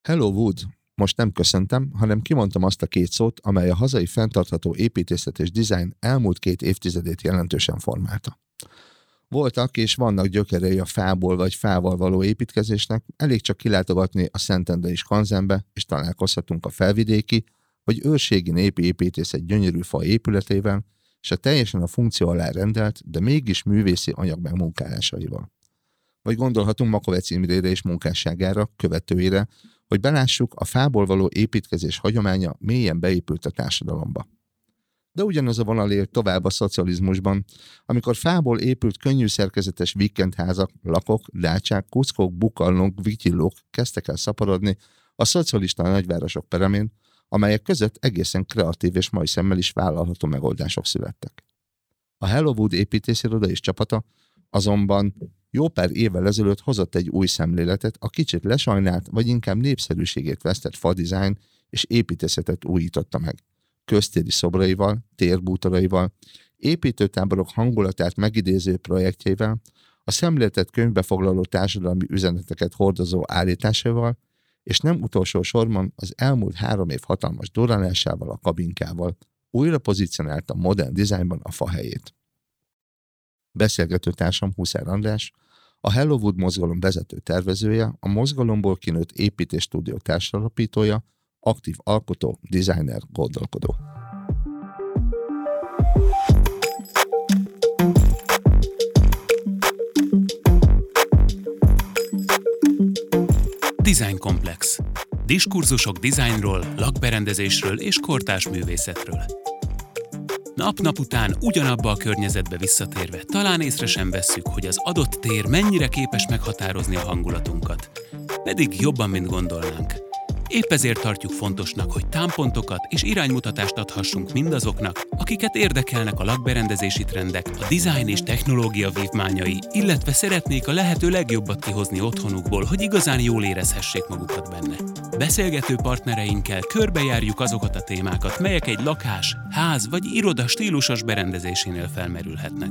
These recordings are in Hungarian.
Hello Wood! Most nem köszöntem, hanem kimondtam azt a két szót, amely a hazai fenntartható építészet és dizájn elmúlt 2 évtizedét jelentősen formálta. Voltak és vannak gyökerei a fából vagy fával való építkezésnek, elég csak kilátogatni a Szentendrei Skanzenbe, és találkozhatunk a felvidéki vagy őrségi népi építészet gyönyörű fa épületével, és a teljesen a funkció alá rendelt, de mégis művészi anyag megmunkálásaival. Vagy gondolhatunk Makovec Imrére és munkásságára, követőire, hogy belássuk, a fából való építkezés hagyománya mélyen beépült a társadalomba. De ugyanaz a vonal élt tovább a szocializmusban, amikor fából épült könnyű szerkezetes vikendházak, lakok, dácsák, kuckók, bukallók, vityillók kezdtek el szaporodni a szocialista nagyvárosok peremén, amelyek között egészen kreatív és mai szemmel is vállalható megoldások születtek. A Hello Wood építésziroda és csapata azonban jó pár évvel ezelőtt hozott egy új szemléletet, a kicsit lesajnált, vagy inkább népszerűségét vesztett fadizájn és építészetet újította meg. Köztéri szobraival, térbútoraival, építőtáborok hangulatát megidéző projektjeivel, a szemléletet könyvbe foglaló társadalmi üzeneteket hordozó állításával, és nem utolsó sorban az elmúlt 3 év hatalmas durranásával, a kabinkával újra pozícionálta a modern dizájnban a fa helyét. Beszélgető társam Huszár András, a Hello Wood mozgalom vezető tervezője, a mozgalomból kinőtt építésstúdió társalapítója, aktív alkotó, designer, gondolkodó. Design Komplex. Diskurzusok dizájnról, lakberendezésről és kortárs művészetről. Nap-nap után ugyanabba a környezetbe visszatérve talán észre sem vesszük, hogy az adott tér mennyire képes meghatározni a hangulatunkat. Pedig jobban, mint gondolnánk. Épp ezért tartjuk fontosnak, hogy támpontokat és iránymutatást adhassunk mindazoknak, akiket érdekelnek a lakberendezési trendek, a dizájn és technológia vívmányai, illetve szeretnék a lehető legjobbat kihozni otthonukból, hogy igazán jól érezhessék magukat benne. Beszélgető partnereinkkel körbejárjuk azokat a témákat, melyek egy lakás, ház vagy iroda stílusos berendezésénél felmerülhetnek.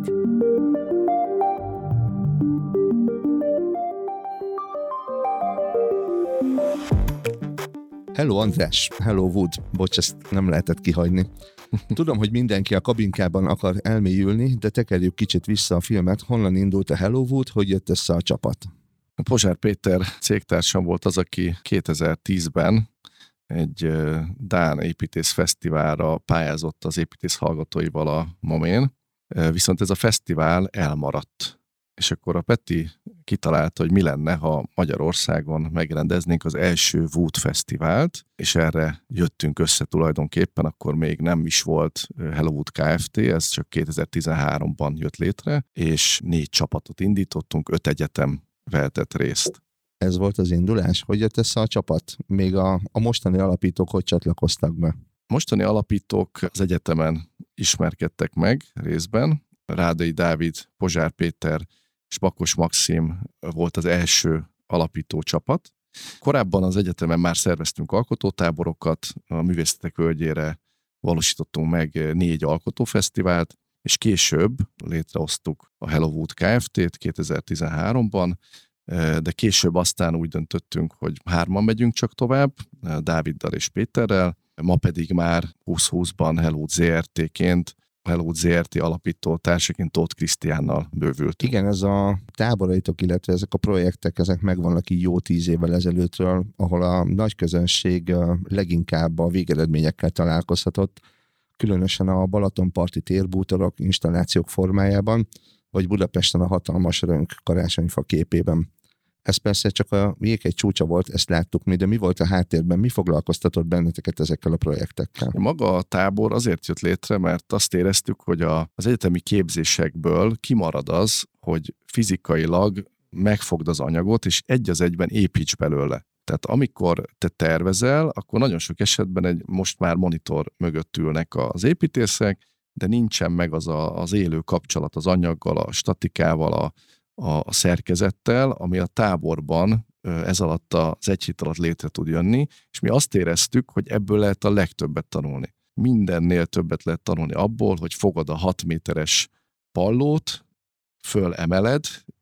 Hello András, Hello Wood, bocs, ezt nem lehetett kihagyni. Tudom, hogy mindenki a kabinkában akar elmélyülni, de tekerjük kicsit vissza a filmet, honnan indult a Hello Wood, hogy jött össze a csapat. Pozsár Péter cégtársam volt az, aki 2010-ben egy dán építészfesztiválra pályázott az építész hallgatóival a Momén, viszont ez a fesztivál elmaradt. És akkor a Peti kitalálta, hogy mi lenne, ha Magyarországon megrendeznénk az első Wood Fesztivált, és erre jöttünk össze tulajdonképpen, akkor még nem is volt Hello Wood Kft., ez csak 2013-ban jött létre, és 4 csapatot indítottunk, 5 egyetem vehetett részt. Ez volt az indulás? Hogy jött össze a csapat? Még a mostani alapítók hogy csatlakoztak be? Mostani alapítók az egyetemen ismerkedtek meg részben. Rádai Dávid, Pozsár Péter és Bakos Maxim volt az első alapító csapat. Korábban az egyetemen már szerveztünk alkotótáborokat, a Művészetek Völgyére valósítottunk meg 4 alkotófesztivált, és később létrehoztuk a Hello Wood Kft-t 2013-ban, de később aztán úgy döntöttünk, hogy 3-an megyünk csak tovább, Dáviddal és Péterrel, ma pedig már 2020-ban Hello Wood ZRT-ként, Hello Wood ZRT alapító társaként Tóth Krisztiánnal bővült. Igen, ez a táboraitok, illetve ezek a projektek, ezek megvannak így jó 10 évvel ezelőttről, ahol a nagy közönség leginkább a végeredményekkel találkozhatott, különösen a Balatonparti térbútorok, installációk formájában, vagy Budapesten a hatalmas rönk karácsonyfa képében. Ez persze csak a jéghegy csúcsa volt, ezt láttuk mi, de mi volt a háttérben, mi foglalkoztatott benneteket ezekkel a projektekkel? Maga a tábor azért jött létre, mert azt éreztük, hogy az egyetemi képzésekből kimarad az, hogy fizikailag megfogd az anyagot, és egy az egyben építs belőle. Tehát amikor te tervezel, akkor nagyon sok esetben most már monitor mögött ülnek az építészek, de nincsen meg az élő kapcsolat az anyaggal, a statikával, a szerkezettel, ami a táborban ez alatt az 1 hét alatt létre tud jönni, és mi azt éreztük, hogy ebből lehet a legtöbbet tanulni. Mindennél többet lehet tanulni abból, hogy fogod a 6 méteres pallót, fölemeled,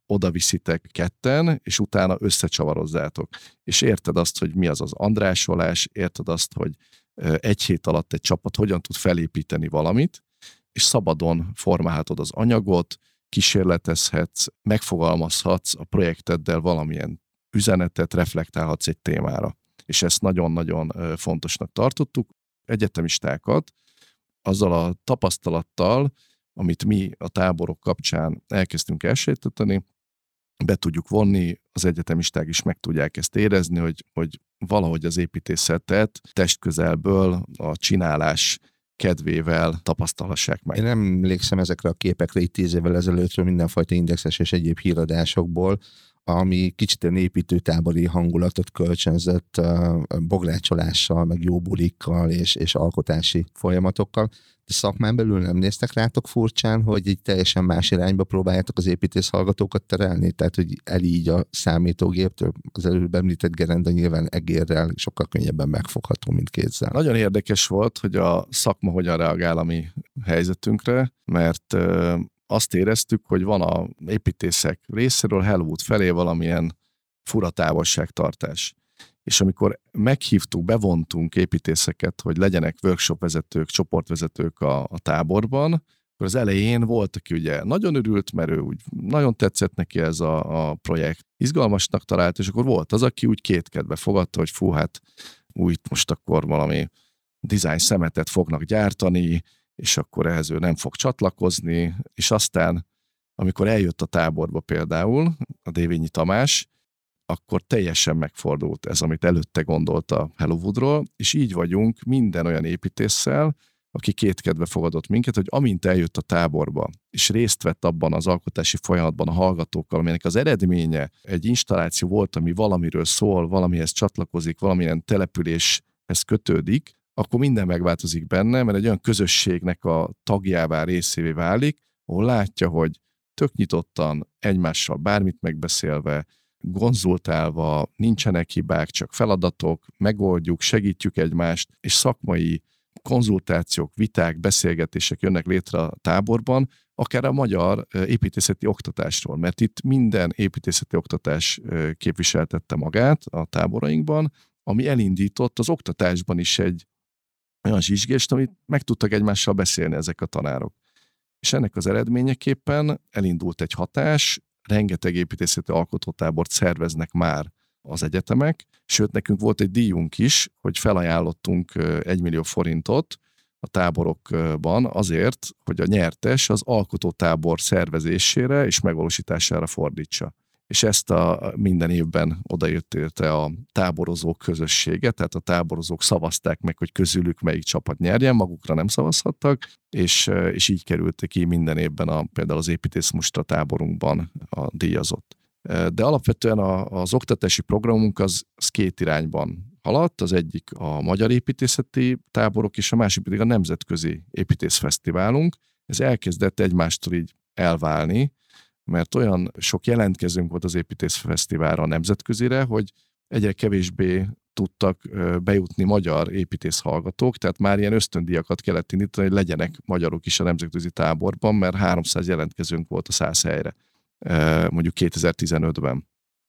oda viszitek ketten, és utána összecsavarozzátok. És érted azt, hogy mi az az andrásolás, érted azt, hogy egy hét alatt egy csapat hogyan tud felépíteni valamit, és szabadon formálhatod az anyagot, kísérletezhetsz, megfogalmazhatsz a projekteddel valamilyen üzenetet, reflektálhatsz egy témára. És ezt nagyon-nagyon fontosnak tartottuk. Egyetemistákat azzal a tapasztalattal, amit mi a táborok kapcsán elkezdtünk elsétíteni, be tudjuk vonni, az egyetemisták is meg tudják ezt érezni, hogy valahogy az építészetet testközelből a csinálás kedvével tapasztalhassák meg. Én emlékszem ezekre a képekre itt 10 évvel ezelőttről mindenfajta indexes és egyéb híradásokból, ami kicsit ilyen építőtábori hangulatot kölcsönzött bográcsolással, meg jó bulikkal és alkotási folyamatokkal. De szakmán belül nem néztek rátok furcsán, hogy egy teljesen más irányba próbáljátok az építész hallgatókat terelni? Tehát, hogy így a számítógéptől, az előbb említett gerenda nyilván egérrel sokkal könnyebben megfogható, mint kézzel. Nagyon érdekes volt, hogy a szakma hogyan reagál a mi helyzetünkre, mert azt éreztük, hogy van a építészek részéről Hollywood felé valamilyen fura távolságtartás. És amikor meghívtuk, bevontunk építészeket, hogy legyenek workshop vezetők, csoportvezetők a táborban, akkor az elején volt, aki ugye nagyon örült, mert ő úgy nagyon tetszett neki ez a projekt, izgalmasnak talált, és akkor volt az, aki úgy kétkedve fogadta, hogy fú, hát úgy most akkor valami design szemetet fognak gyártani, és akkor ehhez ő nem fog csatlakozni, és aztán, amikor eljött a táborba például a Dévényi Tamás, akkor teljesen megfordult ez, amit előtte gondolt a Hollywoodról, és így vagyunk minden olyan építéssel, aki kétkedve fogadott minket, hogy amint eljött a táborba, és részt vett abban az alkotási folyamatban a hallgatókkal, aminek az eredménye egy installáció volt, ami valamiről szól, valamihez csatlakozik, valamilyen településhez kötődik, akkor minden megváltozik benne, mert egy olyan közösségnek a tagjává, részévé válik, ahol látja, hogy tök nyitottan, egymással bármit megbeszélve, konzultálva, nincsenek hibák, csak feladatok, megoldjuk, segítjük egymást, és szakmai konzultációk, viták, beszélgetések jönnek létre a táborban, akár a magyar építészeti oktatásról, mert itt minden építészeti oktatás képviseltette magát a táborainkban, ami elindított az oktatásban is egy olyan zsizsgést, amit meg tudtak egymással beszélni ezek a tanárok. És ennek az eredményeképpen elindult egy hatás, rengeteg építészeti alkotótábort szerveznek már az egyetemek, sőt nekünk volt egy díjunk is, hogy felajánlottunk 1 millió forintot a táborokban azért, hogy a nyertes az alkotótábor szervezésére és megvalósítására fordítsa. És ezt minden évben odaért érte a táborozók közössége, tehát a táborozók szavazták meg, hogy közülük melyik csapat nyerjen, magukra nem szavazhattak, és így került ki minden évben például az építészmustra táborunkban a díjazott. De alapvetően az oktatási programunk az két irányban haladt, az egyik a magyar építészeti táborok, és a másik pedig a nemzetközi építészfesztiválunk. Ez elkezdett egymástól így elválni, mert olyan sok jelentkezőnk volt az építészfesztiválra a nemzetközire, hogy egyre kevésbé tudtak bejutni magyar építész hallgatók, tehát már ilyen ösztöndíjakat kellett indítani, hogy legyenek magyarok is a nemzetközi táborban, mert 300 jelentkezőnk volt a 100 helyre, mondjuk 2015-ben.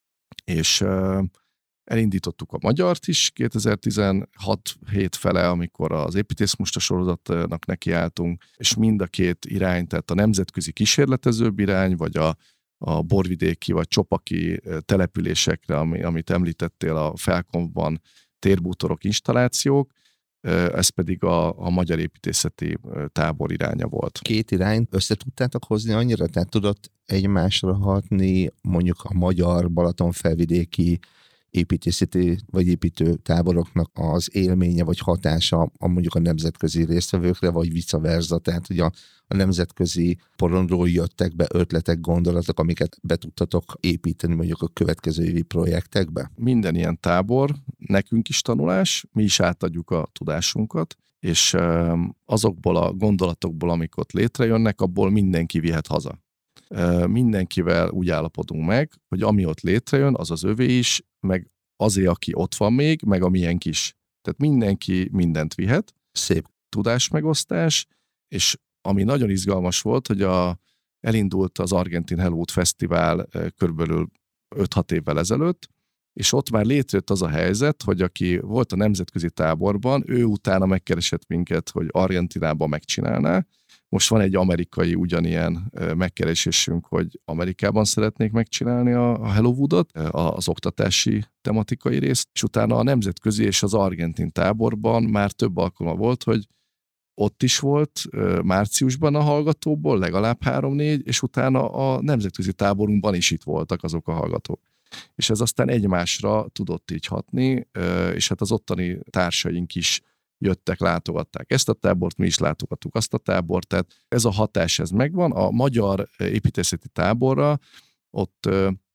És elindítottuk a magyart is 2016 hét fele, amikor az építészmustra sorozatnak nekiálltunk, és mind a két irány, tehát a nemzetközi kísérletezőbb irány, vagy a borvidéki vagy csopaki településekre, amit említettél a Felkonfban, térbútorok, installációk, ez pedig a magyar építészeti tábor iránya volt. Két irányt össze tudtátok hozni annyira? Tehát tudott egymásra hatni mondjuk a magyar Balatonfelvidéki építészeti vagy építő táboroknak az élménye vagy hatása mondjuk a nemzetközi résztvevőkre, vagy vice versa, tehát ugye a nemzetközi porondról jöttek be ötletek, gondolatok, amiket be tudtatok építeni mondjuk a következő évi projektekbe? Minden ilyen tábor nekünk is tanulás, mi is átadjuk a tudásunkat, és azokból a gondolatokból, amik ott létrejönnek, abból mindenki vihet haza. Mindenkivel úgy állapodunk meg, hogy ami ott létrejön, az az övé is, meg azért, aki ott van még, meg a miénk is. Tehát mindenki mindent vihet. Szép tudásmegosztás, és ami nagyon izgalmas volt, hogy elindult az Argentin Hellowood Fesztivál körülbelül 5-6 évvel ezelőtt, és ott már létrejött az a helyzet, hogy aki volt a nemzetközi táborban, ő utána megkeresett minket, hogy Argentinában megcsinálná. Most van egy amerikai ugyanilyen megkeresésünk, hogy Amerikában szeretnék megcsinálni a Hellowoodot, az oktatási tematikai részt, és utána a nemzetközi és az argentin táborban már több alkalma volt, hogy ott is volt márciusban a hallgatóból legalább 3-4, és utána a nemzetközi táborunkban is itt voltak azok a hallgatók. És ez aztán egymásra tudott így hatni, és hát az ottani társaink is jöttek, látogatták ezt a tábort, mi is látogattuk azt a tábort, tehát ez a hatás, ez megvan. A magyar építészeti táborra ott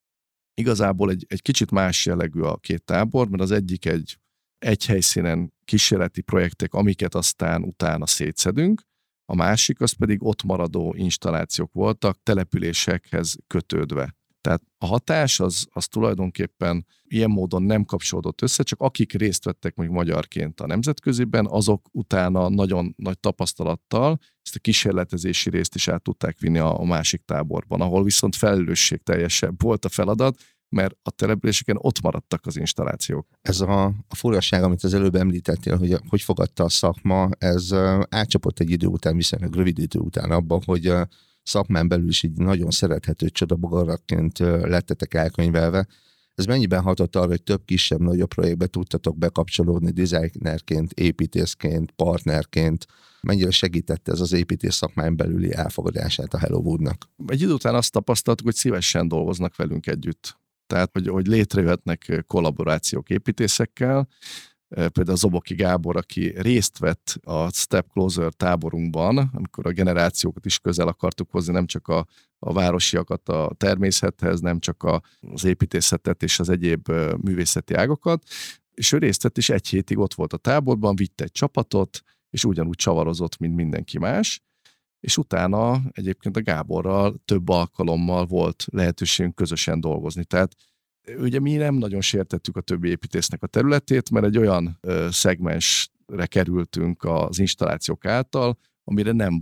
igazából egy kicsit más jellegű a két tábor, mert az egyik egy helyszínen kísérleti projektek, amiket aztán utána szétszedünk, a másik az pedig ott maradó installációk voltak, településekhez kötődve. Tehát a hatás az tulajdonképpen ilyen módon nem kapcsolódott össze, csak akik részt vettek még magyarként a nemzetköziben, azok utána nagyon nagy tapasztalattal ezt a kísérletezési részt is át tudták vinni a másik táborban, ahol viszont felelősségteljesebb volt a feladat, mert a településeken ott maradtak az installációk. Ez a furaság, amit az előbb említettél, hogy fogadta a szakma, ez átcsapott egy idő után, viszonylag rövid idő után abban, hogy szakmán belül is így nagyon szerethető csodabogarakként lettetek elkönyvelve. Ez mennyiben hatott arra, hogy több kisebb-nagyobb projektbe tudtatok bekapcsolódni designerként, építészként, partnerként? Mennyire segítette ez az építész szakmán belüli elfogadását a Hellowoodnak? Egy idő után azt tapasztaltuk, hogy szívesen dolgoznak velünk együtt. Tehát, hogy létrejöhetnek kollaborációk építészekkel. Például Zoboki Gábor, aki részt vett a Step Closer táborunkban, amikor a generációkat is közel akartuk hozni, nem csak a városiakat a természethez, nem csak az építészetet és az egyéb művészeti ágakat, és ő részt vett, és egy hétig ott volt a táborban, vitte egy csapatot, és ugyanúgy csavarozott, mint mindenki más, és utána egyébként a Gáborral több alkalommal volt lehetőségünk közösen dolgozni. Tehát ugye mi nem nagyon sértettük a többi építésznek a területét, mert egy olyan szegmensre kerültünk az installációk által, amire nem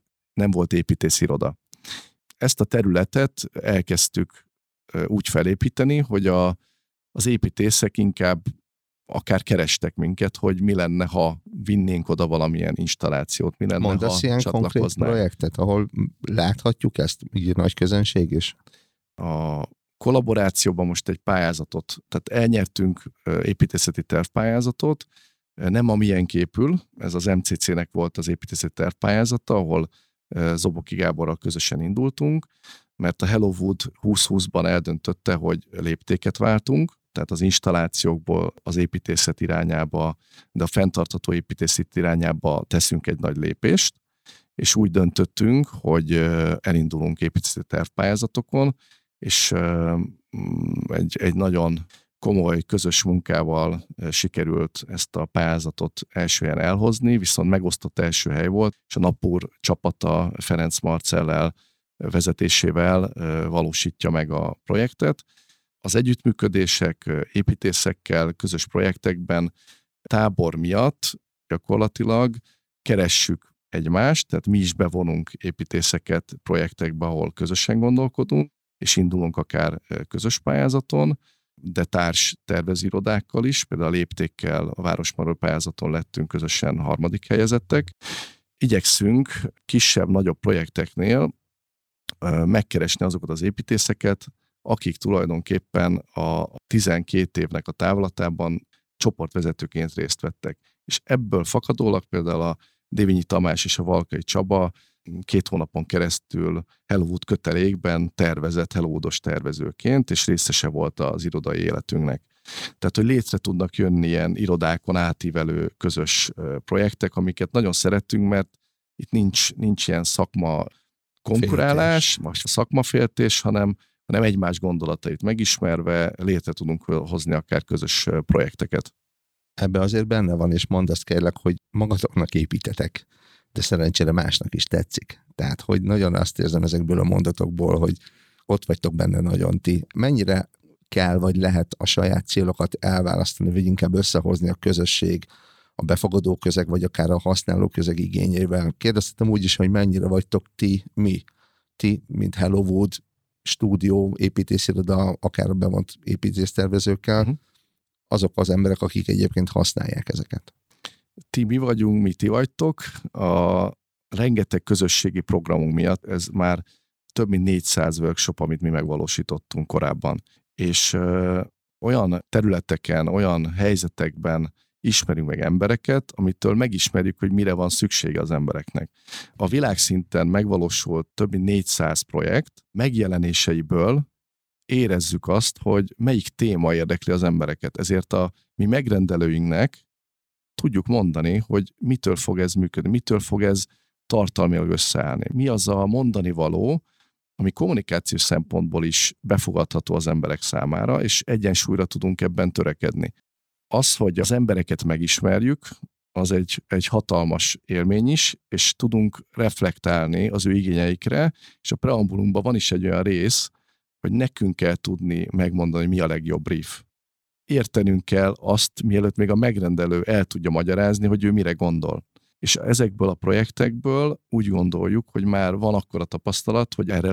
volt építésziroda. Ezt a területet elkezdtük úgy felépíteni, hogy az építészek inkább akár kerestek minket, hogy mi lenne, ha vinnénk oda valamilyen installációt, mi lenne, mondasz ha ilyen csatlakoznánk. konkrét projektet, ahol láthatjuk ezt, így nagy közönség is? A kollaborációban most egy pályázatot, tehát elnyertünk építészeti tervpályázatot, nem a miénk épül, ez az MCC-nek volt az építészeti tervpályázata, ahol Zoboki Gáborral közösen indultunk, mert a Hellowood 2020-ban eldöntötte, hogy léptéket váltunk, tehát az installációkból az építészet irányába, de a fenntartható építészet irányába teszünk egy nagy lépést, és úgy döntöttünk, hogy elindulunk építészeti tervpályázatokon, és egy nagyon komoly közös munkával sikerült ezt a pályázatot első helyen elhozni, viszont megosztott első hely volt, és a Napur csapata Ferenc Marcellel vezetésével valósítja meg a projektet. Az együttműködések építészekkel, közös projektekben tábor miatt gyakorlatilag keressük egymást, tehát mi is bevonunk építészeket projektekbe, ahol közösen gondolkodunk, és indulunk akár közös pályázaton, de társ tervezőirodákkal is, például a Léptékkel a Városmaró pályázaton lettünk közösen harmadik helyezettek. Igyekszünk kisebb-nagyobb projekteknél megkeresni azokat az építészeket, akik tulajdonképpen a 12 évnek a távlatában csoportvezetőként részt vettek. És ebből fakadólag például a Dévényi Tamás és a Valkai Csaba 2 hónapon keresztül Hellowood kötelékben tervezett Hellowoodos tervezőként, és részese volt az irodai életünknek. Tehát, hogy létre tudnak jönni ilyen irodákon átívelő közös projektek, amiket nagyon szeretünk, mert itt nincs ilyen szakma konkurálás, most a szakmaféltés, hanem egymás gondolatait megismerve létre tudunk hozni akár közös projekteket. Ebbe azért benne van, és mondd azt kérlek, hogy magatoknak építetek, de szerencsére másnak is tetszik. Tehát, hogy nagyon azt érzem ezekből a mondatokból, hogy ott vagytok benne nagyon ti. Mennyire kell, vagy lehet a saját célokat elválasztani, vagy inkább összehozni a közösség, a befogadó közeg, vagy akár a használó közeg igényeivel. Kérdeztem úgy is, hogy mennyire vagytok ti, mi ti, mint Hellowood stúdió, építésziroda, akár bevont építésztervezőkkel, azok az emberek, akik egyébként használják ezeket. Ti mi vagyunk, mi ti vagytok. A rengeteg közösségi programunk miatt ez már több mint 400 workshop, amit mi megvalósítottunk korábban. És olyan területeken, olyan helyzetekben ismerünk meg embereket, amitől megismerjük, hogy mire van szüksége az embereknek. A világszinten megvalósult több mint 400 projekt megjelenéseiből érezzük azt, hogy melyik téma érdekli az embereket. Ezért a mi megrendelőinknek tudjuk mondani, hogy mitől fog ez működni, mitől fog ez tartalmilag összeállni. Mi az a mondani való, ami kommunikációs szempontból is befogadható az emberek számára, és egyensúlyra tudunk ebben törekedni. Az, hogy az embereket megismerjük, az egy hatalmas élmény is, és tudunk reflektálni az ő igényeikre, és a preambulumban van is egy olyan rész, hogy nekünk kell tudni megmondani, mi a legjobb brief. Értenünk kell azt, mielőtt még a megrendelő el tudja magyarázni, hogy ő mire gondol. És ezekből a projektekből úgy gondoljuk, hogy már van akkora tapasztalat, hogy erre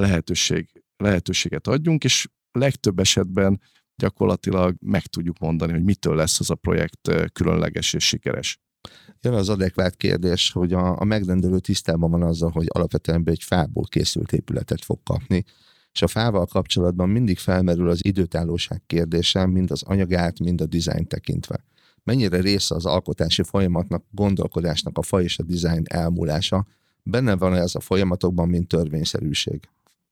lehetőséget adjunk, és legtöbb esetben gyakorlatilag meg tudjuk mondani, hogy mitől lesz az a projekt különleges és sikeres. Jön az adekvát kérdés, hogy a megrendelő tisztában van azzal, hogy alapvetően egy fából készült épületet fog kapni, és a fával kapcsolatban mindig felmerül az időtállóság kérdése, mind az anyagát, mind a dizájn tekintve. Mennyire része az alkotási folyamatnak, gondolkodásnak a fa és a dizájn elmúlása? Benne van ez a folyamatokban, mint törvényszerűség?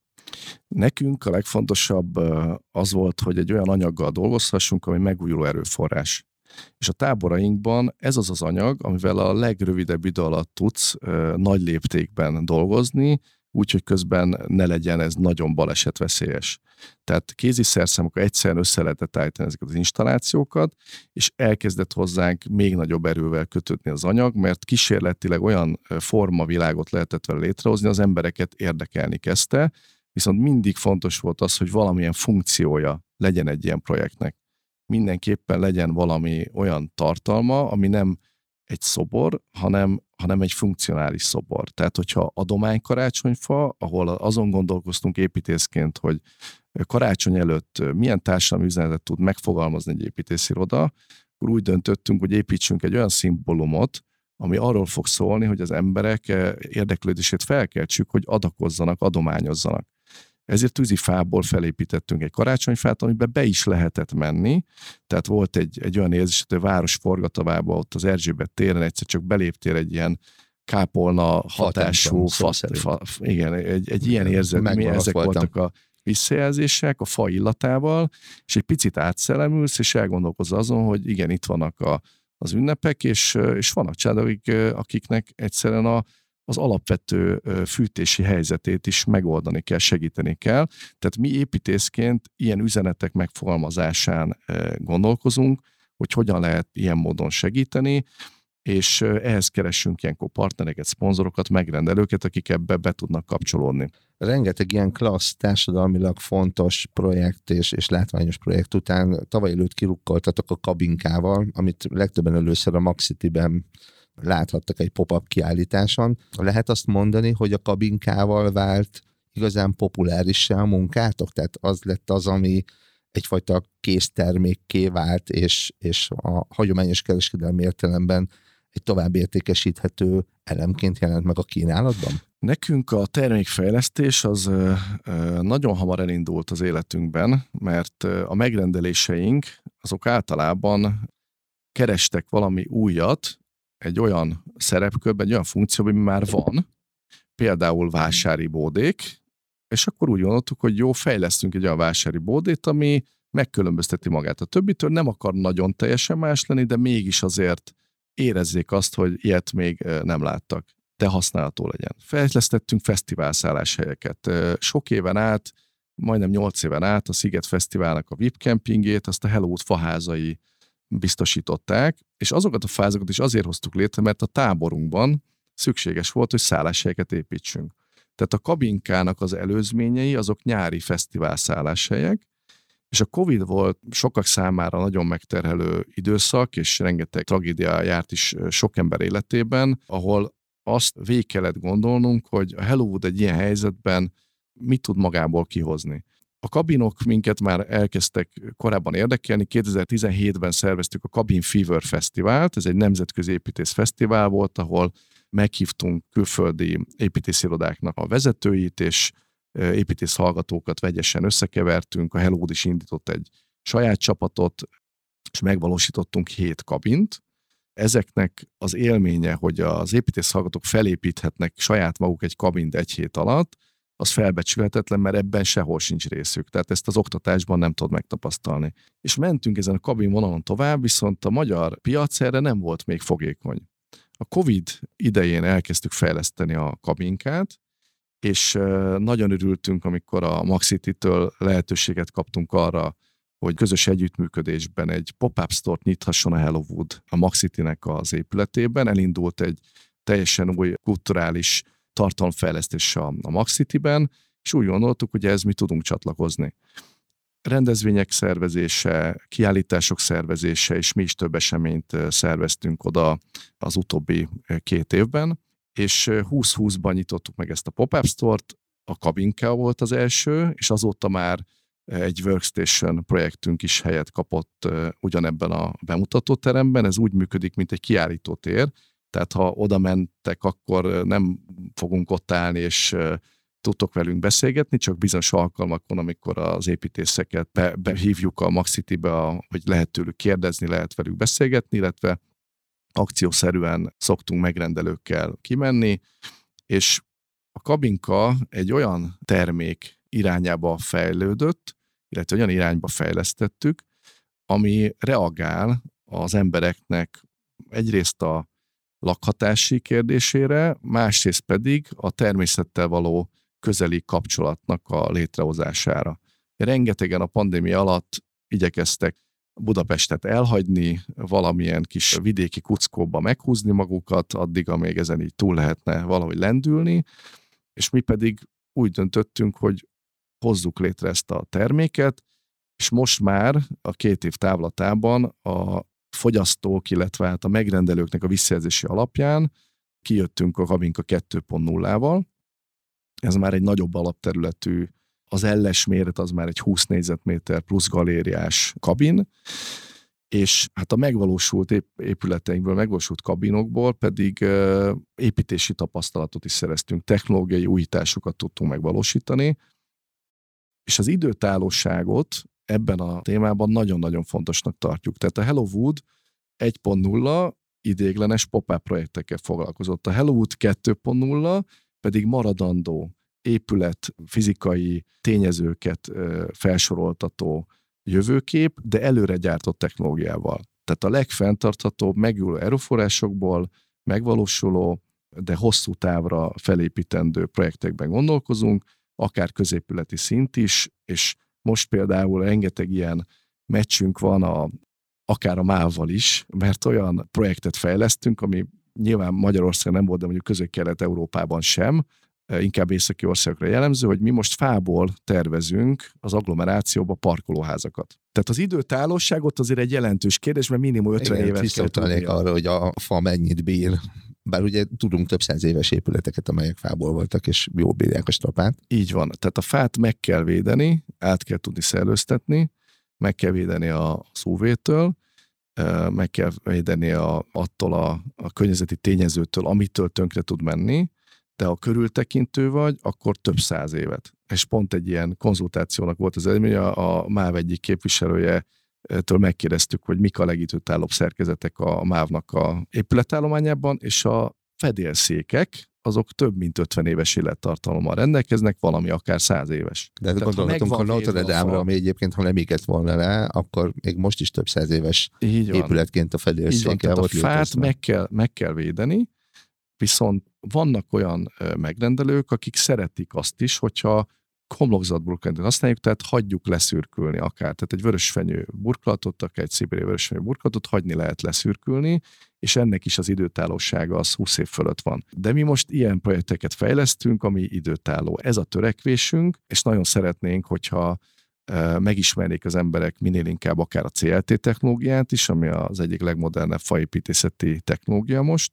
Nekünk a legfontosabb az volt, hogy egy olyan anyaggal dolgozhassunk, ami megújuló erőforrás. És a táborainkban ez az az anyag, amivel a legrövidebb idő alatt tudsz nagy léptékben dolgozni, úgyhogy közben ne legyen ez nagyon balesetveszélyes. Tehát kéziszerszámokkal egyszerűen össze lehetett állítani ezeket az installációkat, és elkezdett hozzánk még nagyobb erővel kötődni az anyag, mert kísérletileg olyan formavilágot lehetett vele létrehozni, az embereket érdekelni kezdte, viszont mindig fontos volt az, hogy valamilyen funkciója legyen egy ilyen projektnek. Mindenképpen legyen valami olyan tartalma, ami nem egy szobor, hanem egy funkcionális szobor. Tehát, hogyha adománykarácsonyfa, ahol azon gondolkoztunk építészként, hogy karácsony előtt milyen társadalmi üzenetet tud megfogalmazni egy építésziroda, akkor úgy döntöttünk, hogy építsünk egy olyan szimbólumot, ami arról fog szólni, hogy az emberek érdeklődését felkeltsük, hogy adakozzanak, adományozzanak. Ezért tűzifából felépítettünk egy karácsonyfát, amiben be is lehetett menni. Tehát volt egy olyan érzés, hogy a város forgatavában, ott az Erzsébet téren egyszer csak beléptél egy ilyen kápolna hatású igen, egy ilyen érzetmi, ezek voltak a visszajelzések a fa illatával, és egy picit átszellemülsz, és elgondolkozz azon, hogy igen, itt vannak az ünnepek, és vannak családok, akiknek egyszerűen az alapvető fűtési helyzetét is megoldani kell, segíteni kell. Tehát mi építészként ilyen üzenetek megfogalmazásán gondolkozunk, hogy hogyan lehet ilyen módon segíteni, és ehhez keressünk ilyenkor partnereket, szponzorokat, megrendelőket, akik ebbe be tudnak kapcsolódni. Rengeteg ilyen klassz, társadalmilag fontos projekt és látványos projekt után tavaly előtt kirukkoltatok a kabinkával, amit legtöbben először a Maxity-ben láthattak egy pop-up kiállításon. Lehet azt mondani, hogy a kabinkával vált igazán populárissá a munkátok? Tehát az lett az, ami egyfajta késztermékké vált, és a hagyományos kereskedelmi értelemben egy tovább értékesíthető elemként jelent meg a kínálatban? Nekünk a termékfejlesztés az nagyon hamar elindult az életünkben, mert a megrendeléseink azok általában kerestek valami újat, egy olyan szerepkörben, egy olyan funkcióban, ami már van, például vásári bódék, és akkor úgy gondoltuk, hogy jó, fejlesztünk egy olyan vásári bódét, ami megkülönbözteti magát a többitől, nem akar nagyon teljesen más lenni, de mégis azért érezzék azt, hogy ilyet még nem láttak, de használható legyen. Fejlesztettünk fesztiválszálláshelyeket. Sok éven át, majdnem 8 éven át a Sziget Fesztiválnak a VIP campingét, azt a Hellowood faházai biztosították, és azokat a fázokat is azért hoztuk létre, mert a táborunkban szükséges volt, hogy szálláshelyeket építsünk. Tehát a kabinkának az előzményei, azok nyári fesztivál szálláshelyek, és a Covid volt sokak számára nagyon megterhelő időszak, és rengeteg tragédia járt is sok ember életében, ahol azt végig kellett gondolnunk, hogy a Hellowood egy ilyen helyzetben mit tud magából kihozni. A kabinok minket már elkezdtek korábban érdekelni. 2017-ben szerveztük a Cabin Fever Fesztivált, ez egy nemzetközi építészfesztivál volt, ahol meghívtunk külföldi építészirodáknak a vezetőit, és építész hallgatókat vegyesen összekevertünk. A Hello Wood is indított egy saját csapatot, és megvalósítottunk 7 kabint. Ezeknek az élménye, hogy az építész hallgatók felépíthetnek saját maguk egy kabint 1 hét alatt, az felbecsülhetetlen, mert ebben sehol sincs részük. Tehát ezt az oktatásban nem tudod megtapasztalni. És mentünk ezen a kabin vonalon tovább, viszont a magyar piac erre nem volt még fogékony. A Covid idején elkezdtük fejleszteni a kabinkát, és nagyon örültünk, amikor a Maxity-től lehetőséget kaptunk arra, hogy közös együttműködésben egy pop-up store-t nyithasson a Hello Wood a Maxity-nek az épületében. Elindult egy teljesen új kulturális tartalomfejlesztés a Maxity-ben, és úgy gondoltuk, hogy ehhez mi tudunk csatlakozni. Rendezvények szervezése, kiállítások szervezése, és mi is több eseményt szerveztünk oda az utóbbi 2 évben, és 2020-ban nyitottuk meg ezt a pop-up store-t, a kabinka volt az első, és azóta már egy workstation projektünk is helyet kapott ugyanebben a bemutatóteremben. Ez úgy működik, mint egy kiállítótér, tehát ha oda mentek, akkor nem fogunk ott állni, és tudtok velünk beszélgetni, csak bizonyos alkalmakon, amikor az építészeket behívjuk a Maxity-be, hogy lehet tőlük kérdezni, lehet velük beszélgetni, illetve akciószerűen szoktunk megrendelőkkel kimenni, és a kabinka egy olyan termék irányába fejlődött, illetve olyan irányba fejlesztettük, ami reagál az embereknek egyrészt a lakhatási kérdésére, másrészt pedig a természettel való közeli kapcsolatnak a létrehozására. Rengetegen a pandémia alatt igyekeztek Budapestet elhagyni, valamilyen kis vidéki kuckóba meghúzni magukat, addig, amíg ezen így túl lehetne valahogy lendülni, és mi pedig úgy döntöttünk, hogy hozzuk létre ezt a terméket, és most már a 2 év távlatában a fogyasztók, illetve hát a megrendelőknek a visszajelzési alapján kijöttünk a kabinka 2.0-val. Ez már egy nagyobb alapterületű, az elles méret az már egy 20 négyzetméter plusz galériás kabin, és hát a megvalósult épületeinkből, megvalósult kabinokból pedig építési tapasztalatot is szereztünk, technológiai újításokat tudtunk megvalósítani, és az időtállóságot ebben a témában nagyon-nagyon fontosnak tartjuk. Tehát a Hello Wood 1.0 ideiglenes pop-up projektekkel foglalkozott. A Hello Wood 2.0 pedig maradandó épület, fizikai tényezőket felsoroltató jövőkép, de előre gyártott technológiával. Tehát a legfenntarthatóbb megújuló erőforrásokból megvalósuló, de hosszú távra felépítendő projektekben gondolkozunk, akár középületi szint is, és most például rengeteg ilyen meccsünk van akár a MÁV-val is, mert olyan projektet fejlesztünk, ami nyilván Magyarországon nem volt, de mondjuk Közép-Kelet-Európában sem, inkább északi országokra jellemző, hogy mi most fából tervezünk az agglomerációba parkolóházakat. Tehát az időtállóságot azért egy jelentős kérdés, mert minimum 50 évet kell tudnia. Arra, hogy a fa mennyit bír. Bár ugye tudunk több 100 éves épületeket, amelyek fából voltak, és jól bírják a strapát. Így van. Tehát a fát meg kell védeni, át kell tudni szellőztetni, meg kell védeni az UV-től, meg kell védeni attól a környezeti tényezőtől, amitől tönkre tud menni, de ha körültekintő vagy, akkor több 100 évet. És pont egy ilyen konzultációnak volt az eredmény, a MÁV egyik képviselőjétől megkérdeztük, hogy mik a legidőtállóbb szerkezetek a MÁV-nak a épületállományában, és a fedélszékek, azok több mint 50 éves élettartalommal rendelkeznek, valami akár 100 éves. De gondolhatunk a Notre Dame-ra, ami egyébként, ha nem égett volna le, akkor még most is több 100 éves épületként a fedélszékkel volt. A fát meg kell védeni, viszont vannak olyan megrendelők, akik szeretik azt is, hogyha homlokzatburkolatot használjuk, tehát hagyjuk leszürkülni akár. Tehát egy vörösfenyő burkolatot, akár egy szibériai vörösfenyő burkolatot hagyni lehet leszürkülni, és ennek is az időtállósága az 20 év fölött van. De mi most ilyen projekteket fejlesztünk, ami időtálló. Ez a törekvésünk, és nagyon szeretnénk, hogyha megismernék az emberek minél inkább akár a CLT technológiát is, ami az egyik legmodernebb faépítészeti technológia most,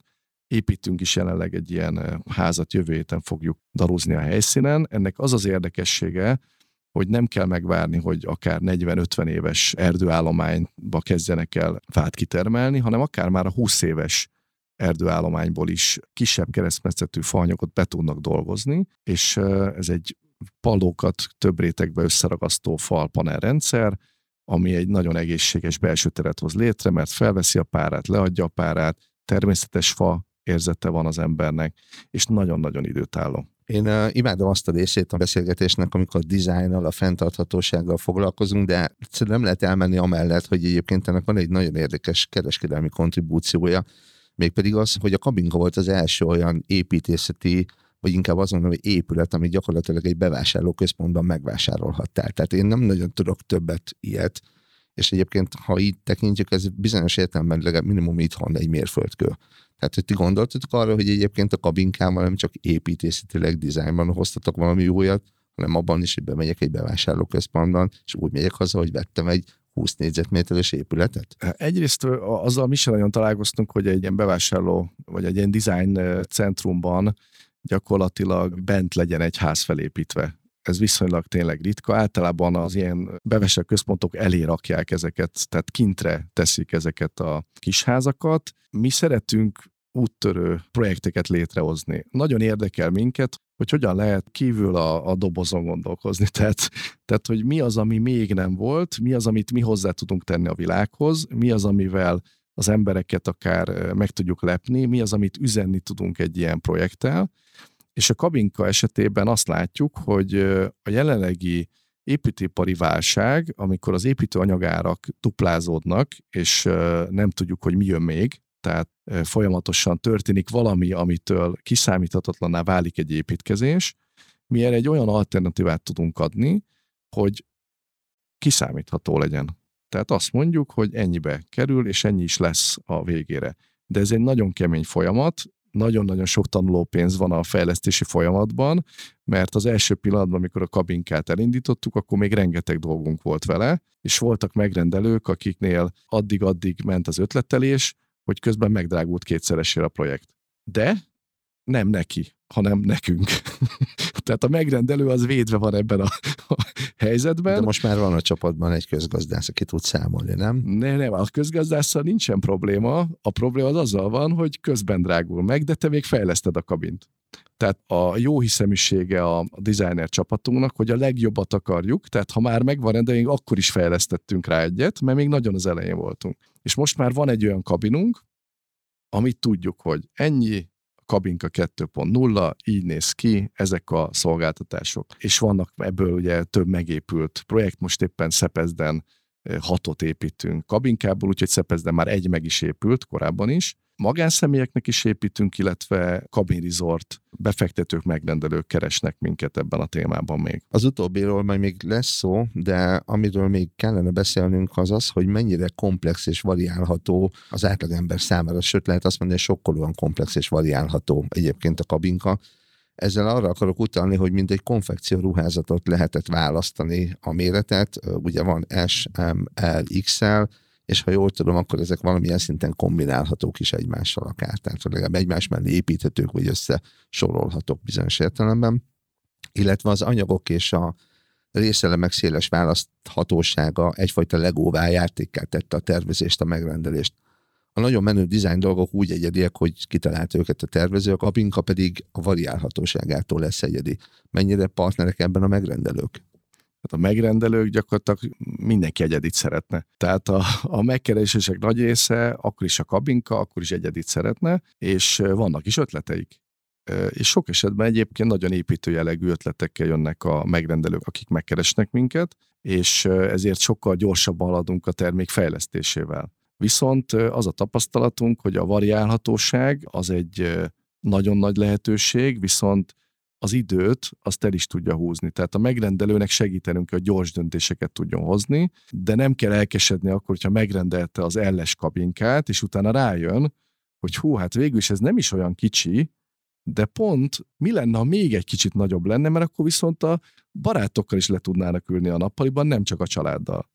építünk is jelenleg egy ilyen házat, jövő héten fogjuk darúzni a helyszínen. Ennek az az érdekessége, hogy nem kell megvárni, hogy akár 40-50 éves erdőállományba kezdjenek el fát kitermelni, hanem akár már a 20 éves erdőállományból is kisebb keresztmetszetű faanyagot be tudnak dolgozni, és ez egy pallókat több rétegbe összeragasztó falpanelrendszer, ami egy nagyon egészséges belső teret hoz létre, mert felveszi a párát, leadja a párát, természetes fa érzete van az embernek, és nagyon-nagyon időtálló. Én imádom azt a részét a beszélgetésnek, amikor a dizájnnal, a fenntarthatósággal foglalkozunk, de nem lehet elmenni amellett, hogy egyébként ennek van egy nagyon érdekes kereskedelmi kontribúciója, mégpedig az, hogy a Kabinka volt az első olyan építészeti, vagy inkább azt mondom, hogy épület, amit gyakorlatilag egy bevásárlóközpontban megvásárolhattál. Tehát én nem nagyon tudok többet ilyet, és egyébként, ha így tekintjük, ez bizonyos értelemben legalább minimum itthon egy mérföldkő. Tehát, hogy ti gondoltatok arra, hogy egyébként a Kabinkával nem csak építészetileg, dizájnban hoztatok valami újat, hanem abban is, hogy bemegyek egy bevásárlóközpontban, és úgy megyek haza, hogy vettem egy 20 négyzetméteres épületet? Egyrészt azzal mi sem nagyon találkoztunk, hogy egy ilyen bevásárló, vagy egy ilyen design centrumban gyakorlatilag bent legyen egy ház felépítve. Ez viszonylag tényleg ritka. Általában az ilyen bevásárlóközpontok elé rakják ezeket, tehát kintre teszik ezeket a kis házakat. Mi szeretünk úttörő projekteket létrehozni. Nagyon érdekel minket, hogy hogyan lehet kívül a dobozon gondolkozni. Tehát, hogy mi az, ami még nem volt, mi az, amit mi hozzá tudunk tenni a világhoz, mi az, amivel az embereket akár meg tudjuk lepni, mi az, amit üzenni tudunk egy ilyen projekttel. És a Kabinka esetében azt látjuk, hogy a jelenlegi építőipari válság, amikor az építőanyagárak duplázódnak, és nem tudjuk, hogy mi jön még, tehát folyamatosan történik valami, amitől kiszámíthatatlanná válik egy építkezés, mi erre egy olyan alternatívát tudunk adni, hogy kiszámítható legyen. Tehát azt mondjuk, hogy ennyibe kerül, és ennyi is lesz a végére. De ez egy nagyon kemény folyamat, nagyon-nagyon sok tanulópénz van a fejlesztési folyamatban, mert az első pillanatban, amikor a Kabinkát elindítottuk, akkor még rengeteg dolgunk volt vele, és voltak megrendelők, akiknél addig ment az ötletelés, hogy közben megdrágult kétszeresére a projekt. De nem neki, hanem nekünk. Tehát a megrendelő az védve van ebben a helyzetben. De most már van a csapatban egy közgazdász, aki tud számolni, nem? Nem, a közgazdásszal nincsen probléma. A probléma az azzal van, hogy közben drágul meg, de te még fejleszted a kabint. Tehát a jó hiszeműsége a designer csapatunknak, hogy a legjobbat akarjuk, tehát ha már megvan rendelünk, akkor is fejlesztettünk rá egyet, mert még nagyon az elején voltunk. És most már van egy olyan kabinunk, amit tudjuk, hogy ennyi, Kabinka 2.0, így néz ki, ezek a szolgáltatások. És vannak ebből ugye több megépült projekt, most éppen Szepezden 6-ot építünk Kabinkából, úgyhogy Szepezden már egy meg is épült korábban is. Magánszemélyeknek is építünk, illetve kabinrizort, befektetők, megrendelők keresnek minket ebben a témában még. Az utóbbiról majd még lesz szó, de amiről még kellene beszélnünk az az, hogy mennyire komplex és variálható az átlagember számára, sőt lehet azt mondani, hogy sokkolóan komplex és variálható egyébként a Kabinka. Ezzel arra akarok utalni, hogy mint egy konfekcióruházatot lehetett választani a méretet, ugye van S, M, L, XL, és ha jól tudom, akkor ezek valamilyen szinten kombinálhatók is egymással akár, tehát legalább egymás mellé építhetők, vagy összesorolhatók bizonyos értelemben, illetve az anyagok és a részelemek széles választhatósága egyfajta legóvá játékká tette a tervezést, a megrendelést. A nagyon menő design dolgok úgy egyediek, hogy kitalálta őket a tervező, a Kabinka pedig a variálhatóságától lesz egyedi. Mennyire partnerek ebben a megrendelők? Hát a megrendelők gyakorlatilag mindenki egyedit szeretne. Tehát a megkeresések nagy része akkor is a Kabinka, akkor is egyedit szeretne, és vannak is ötleteik. És sok esetben egyébként nagyon építőjellegű ötletekkel jönnek a megrendelők, akik megkeresnek minket, és ezért sokkal gyorsabban haladunk a termék fejlesztésével. Viszont az a tapasztalatunk, hogy a variálhatóság az egy nagyon nagy lehetőség, viszont az időt azt el is tudja húzni. Tehát a megrendelőnek segítenünk, hogy gyors döntéseket tudjon hozni, de nem kell elkesedni akkor, hogyha megrendelte az L-es Kabinkát, és utána rájön, hogy hát végül is ez nem is olyan kicsi, de pont mi lenne, ha még egy kicsit nagyobb lenne, mert akkor viszont a barátokkal is le tudnának ülni a nappaliban, nem csak a családdal.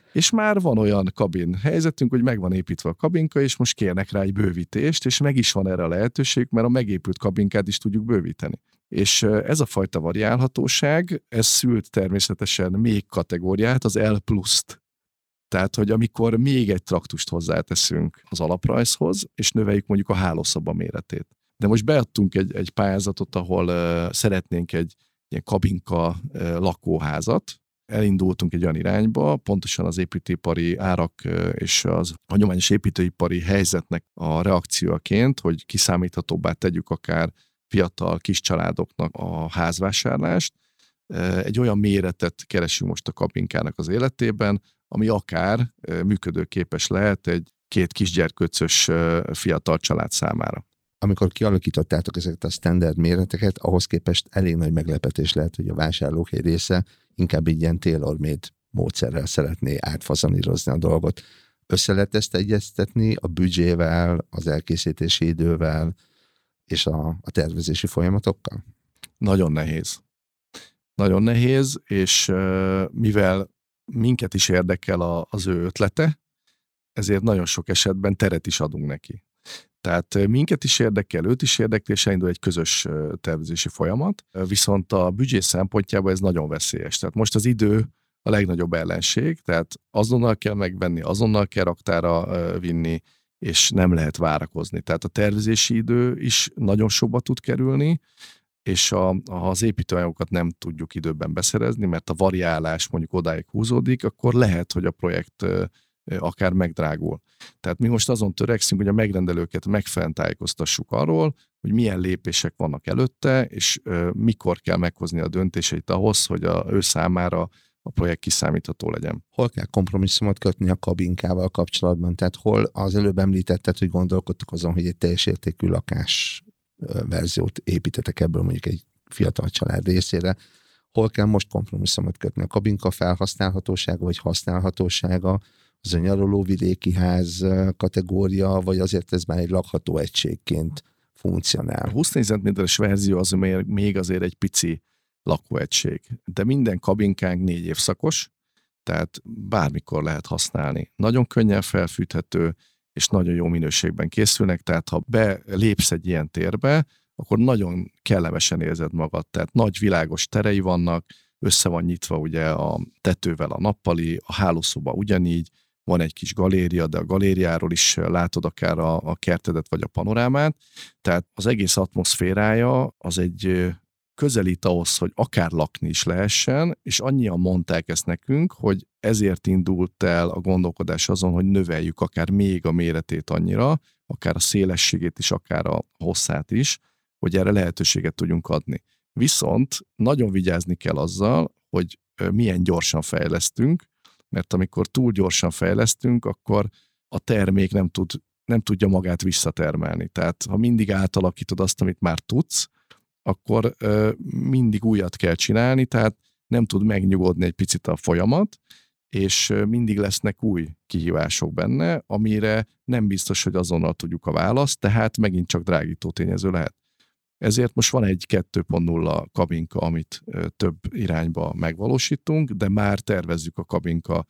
És már van olyan kabin helyzetünk, hogy meg van építve a kabinka, és most kérnek rá egy bővítést, és meg is van erre a lehetőség, mert a megépült kabinkát is tudjuk bővíteni. És ez a fajta variálhatóság, ez szült természetesen még kategóriát, az L pluszt. Tehát, hogy amikor még egy traktust hozzáteszünk az alaprajzhoz, és növeljük mondjuk a hálószoba méretét. De most beadtunk egy pályázatot, ahol szeretnénk egy ilyen kabinka lakóházat. Elindultunk egy olyan irányba, pontosan az építőipari árak és az hagyományos építőipari helyzetnek a reakcióaként, hogy kiszámíthatóbbá tegyük akár fiatal kis családoknak a házvásárlást. Egy olyan méretet keresünk most a kabinkának az életében, ami akár működőképes lehet egy 2 kisgyerkőcös fiatal család számára. Amikor kialakítottátok ezeket a standard méreteket, ahhoz képest elég nagy meglepetés lehet, hogy a vásárlók egy része inkább így ilyen tailor-made módszerrel szeretné átfazanírozni a dolgot. Össze lehet ezt egyeztetni a büdzsével, az elkészítési idővel és a tervezési folyamatokkal? Nagyon nehéz. Nagyon nehéz, és mivel minket is érdekel az ő ötlete, ezért nagyon sok esetben teret is adunk neki. Tehát minket is érdekel, őt is érdekli, és elindul egy közös tervezési folyamat, viszont a büdzsé szempontjából ez nagyon veszélyes. Tehát most az idő a legnagyobb ellenség, tehát azonnal kell megvenni, azonnal kell raktára vinni, és nem lehet várakozni. Tehát a tervezési idő is nagyon sokba tud kerülni, és ha az építőanyagokat nem tudjuk időben beszerezni, mert a variálás mondjuk odáig húzódik, akkor lehet, hogy a projekt akár megdrágul. Tehát mi most azon törekszünk, hogy a megrendelőket megfelelően tájékoztassuk arról, hogy milyen lépések vannak előtte, és mikor kell meghozni a döntéseit ahhoz, hogy ő számára a projekt kiszámítható legyen. Hol kell kompromisszumot kötni a kabinkával kapcsolatban? Tehát hol az előbb említetted, hogy gondolkodtok azon, hogy egy teljes értékű lakás verziót építetek ebből mondjuk egy fiatal család részére. Hol kell most kompromisszumot kötni? A kabinka felhasználhatósága vagy használhatósága, az a nyaralóvidéki ház kategória, vagy azért ez már egy lakható egységként funkcionál? A 20 négyzetméteres verzió az még azért egy pici lakóegység, de minden kabinkánk 4 évszakos, tehát bármikor lehet használni. Nagyon könnyen felfűthető, és nagyon jó minőségben készülnek, tehát ha belépsz egy ilyen térbe, akkor nagyon kellemesen érzed magad, tehát nagy világos terei vannak, össze van nyitva ugye a tetővel a nappali, a hálószoba ugyanígy, van egy kis galéria, de a galériáról is látod akár a kertedet vagy a panorámát, tehát az egész atmoszférája az egy közelít ahhoz, hogy akár lakni is lehessen, és annyian mondták ezt nekünk, hogy ezért indult el a gondolkodás azon, hogy növeljük akár még a méretét annyira, akár a szélességét is, akár a hosszát is, hogy erre lehetőséget tudjunk adni. Viszont nagyon vigyázni kell azzal, hogy milyen gyorsan fejlesztünk, mert amikor túl gyorsan fejlesztünk, akkor a termék nem tudja magát visszatermelni. Tehát ha mindig átalakítod azt, amit már tudsz, akkor mindig újat kell csinálni, tehát nem tud megnyugodni egy picit a folyamat, és mindig lesznek új kihívások benne, amire nem biztos, hogy azonnal tudjuk a választ, tehát megint csak drágító tényező lehet. Ezért most van egy 2.0 kabinka, amit több irányba megvalósítunk, de már tervezzük a kabinka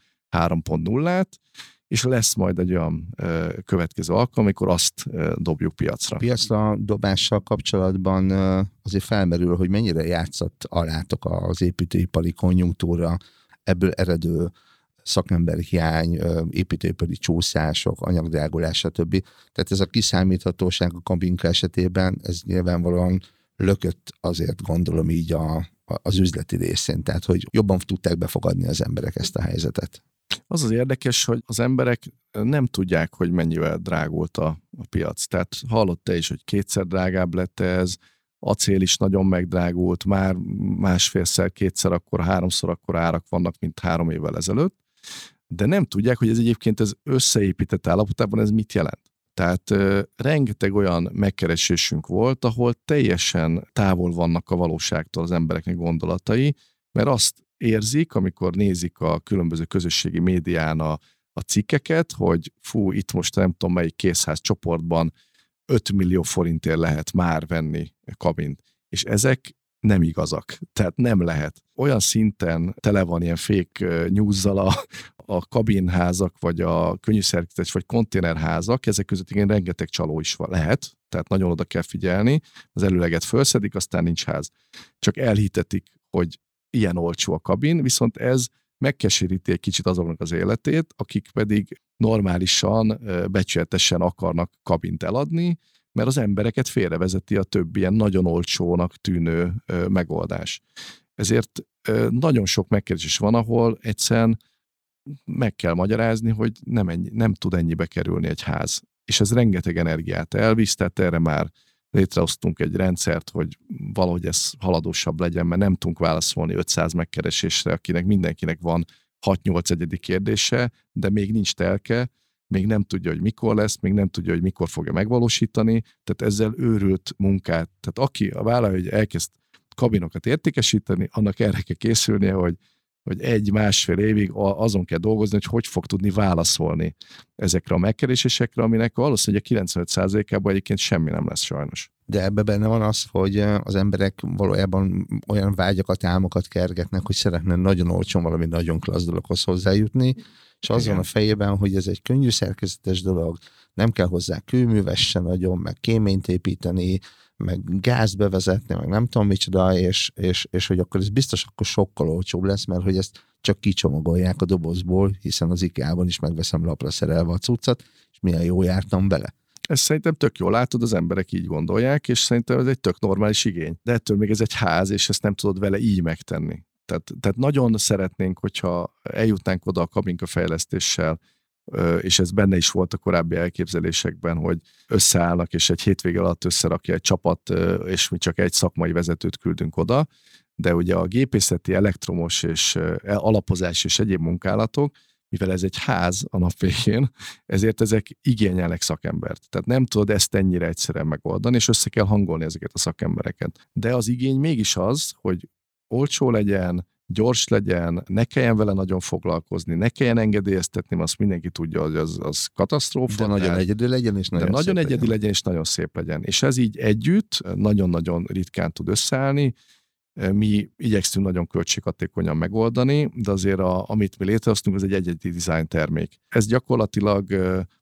3.0-át, és lesz majd egy olyan következő alkalom, amikor azt dobjuk piacra. Piacra dobással kapcsolatban azért felmerül, hogy mennyire játszott alátok az építőipari konjunktúra, ebből eredő szakemberhiány, építőipari csúszások, anyagdrágulás, stb. Tehát ez a kiszámíthatóság a kabinka esetében, ez nyilvánvalóan lökött azért gondolom így az üzleti részén, tehát hogy jobban tudták befogadni az emberek ezt a helyzetet. Az az érdekes, hogy az emberek nem tudják, hogy mennyivel drágult a piac. Tehát hallott te is, hogy 2-szer drágább lett ez, acél is nagyon megdrágult, már 1,5-szer, 2-szer akkor, 3-szor akkor árak vannak, mint 3 évvel ezelőtt, de nem tudják, hogy ez egyébként ez összeépített állapotában ez mit jelent. Tehát rengeteg olyan megkeresésünk volt, ahol teljesen távol vannak a valóságtól az embereknek gondolatai, mert azt érzik, amikor nézik a különböző közösségi médián a cikkeket, hogy itt most nem tudom melyik készház csoportban 5 millió forintért lehet már venni kabint. És ezek nem igazak. Tehát nem lehet. Olyan szinten tele van ilyen fake news-zal a kabinházak, vagy a könnyűszerkesztés, vagy konténerházak, ezek között igen rengeteg csaló is lehet, tehát nagyon oda kell figyelni, az előleget felszedik, aztán nincs ház. Csak elhitetik, hogy ilyen olcsó a kabin, viszont ez megkeseríti egy kicsit azoknak az életét, akik pedig normálisan, becsületesen akarnak kabint eladni, mert az embereket félrevezeti a több ilyen nagyon olcsónak tűnő megoldás. Ezért nagyon sok megkeresés van, ahol egyszerűen meg kell magyarázni, hogy nem tud ennyibe kerülni egy ház. És ez rengeteg energiát elvisz, tehát erre már létrehoztunk egy rendszert, hogy valahogy ez haladósabb legyen, mert nem tudunk válaszolni 500 megkeresésre, akinek mindenkinek van 6-8 egyedi kérdése, de még nincs telke, még nem tudja, hogy mikor lesz, még nem tudja, hogy mikor fogja megvalósítani, tehát ezzel őrült munkát. Tehát aki a vállalja, hogy elkezd kabinokat értékesíteni, annak erre kell készülnie, hogy 1-1,5 évig azon kell dolgozni, hogy fog tudni válaszolni ezekre a megkeresésekre, aminek valószínűleg a 95%-ában egyébként semmi nem lesz sajnos. De ebben benne van az, hogy az emberek valójában olyan vágyakat, álmokat kergetnek, hogy szeretne nagyon olcsón valami nagyon klassz dologhoz hozzájutni, és az van a fejében, hogy ez egy könnyű szerkezetes dolog, nem kell hozzá kőműves se nagyon, meg kéményt építeni, meg gázt bevezetni, meg nem tudom micsoda, és hogy akkor ez biztos akkor sokkal olcsóbb lesz, mert hogy ezt csak kicsomagolják a dobozból, hiszen az IKEA-ban is megveszem lapra szerelve a cuccat, és milyen jó jártam bele. Ezt szerintem tök jól látod, az emberek így gondolják, és szerintem ez egy tök normális igény. De ettől még ez egy ház, és ezt nem tudod vele így megtenni. Tehát nagyon szeretnénk, hogyha eljutnánk oda a kabinka fejlesztéssel, és ez benne is volt a korábbi elképzelésekben, hogy összeállnak, és egy hétvége alatt összerakja egy csapat, és mi csak egy szakmai vezetőt küldünk oda, de ugye a gépészeti, elektromos és alapozás és egyéb munkálatok, mivel ez egy ház a nap végén, ezért ezek igényelnek szakembert. Tehát nem tudod ezt ennyire egyszerűen megoldani, és össze kell hangolni ezeket a szakembereket. De az igény mégis az, hogy olcsó legyen, gyors legyen, ne kelljen vele nagyon foglalkozni, ne kelljen engedélyeztetni, mert azt mindenki tudja, hogy az katasztrófa. De nagyon egyedi legyen, és nagyon szép legyen. És ez így együtt nagyon-nagyon ritkán tud összeállni. Mi igyekszünk nagyon költséghatékonyan megoldani, de azért amit mi létrehoztunk, az egy egyedi design termék. Ez gyakorlatilag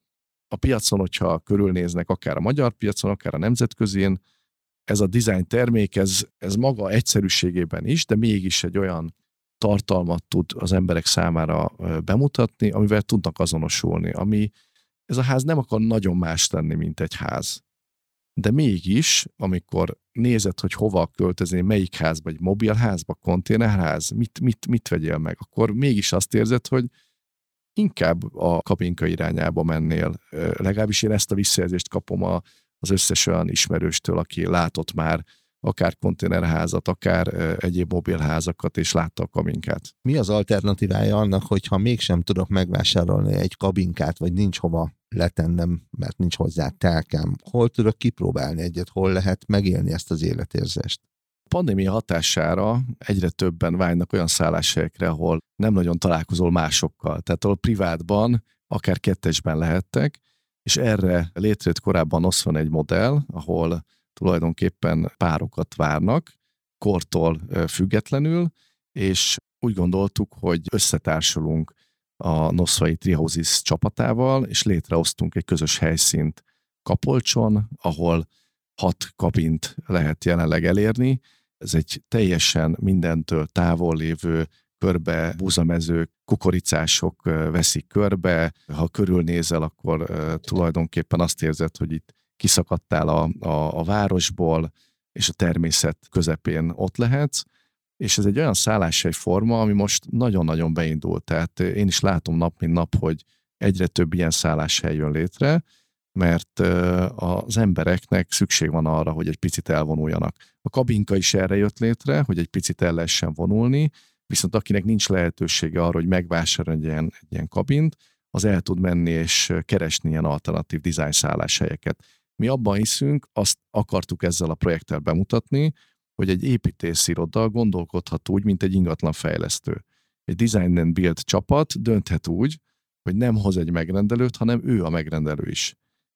a piacon, hogyha körülnéznek, akár a magyar piacon, akár a nemzetközén, ez a design termék, ez maga egyszerűségében is, de mégis egy olyan tartalmat tud az emberek számára bemutatni, amivel tudnak azonosulni. Ez a ház nem akar nagyon más tenni, mint egy ház. De mégis, amikor nézed, hogy hova költözni, melyik házba, egy mobilházba, konténerház, mit vegyél meg, akkor mégis azt érzed, hogy inkább a kabinka irányába mennél. Legalábbis én ezt a visszajelzést kapom az összes olyan ismerőstől, aki látott már akár konténerházat, akár egyéb mobilházakat, és látta a kabinkát. Mi az alternatívája annak, hogyha mégsem tudok megvásárolni egy kabinkát, vagy nincs hova letennem, mert nincs hozzá telkem? Hol tudok kipróbálni egyet, hol lehet megélni ezt az életérzést? A pandémia hatására egyre többen vágynak olyan szálláshelyekre, ahol nem nagyon találkozol másokkal. Tehát ahol privátban, akár kettesben lehettek, és erre létrejött korábban OSZVON egy modell, ahol tulajdonképpen párokat várnak, kortól függetlenül, és úgy gondoltuk, hogy összetársulunk a Noszvai Treehouses csapatával, és létrehoztunk egy közös helyszínt Kapolcson, ahol 6 kabint lehet jelenleg elérni. Ez egy teljesen mindentől távol lévő körbe búzamezők, kukoricások veszik körbe. Ha körülnézel, akkor tulajdonképpen azt érzed, hogy itt kiszakadtál a városból, és a természet közepén ott lehetsz. És ez egy olyan szálláshelyforma, ami most nagyon-nagyon beindult. Tehát én is látom nap mint nap, hogy egyre több ilyen szálláshely jön létre, mert az embereknek szükség van arra, hogy egy picit elvonuljanak. A kabinka is erre jött létre, hogy egy picit el lehessen vonulni, viszont akinek nincs lehetősége arra, hogy megvásároljon egy ilyen kabint, az el tud menni és keresni ilyen alternatív design szálláshelyeket. Mi abban hiszünk, azt akartuk ezzel a projekttel bemutatni, hogy egy építésziroda gondolkodhat úgy, mint egy ingatlanfejlesztő. Egy design and build csapat dönthet úgy, hogy nem hoz egy megrendelőt, hanem ő a megrendelő is.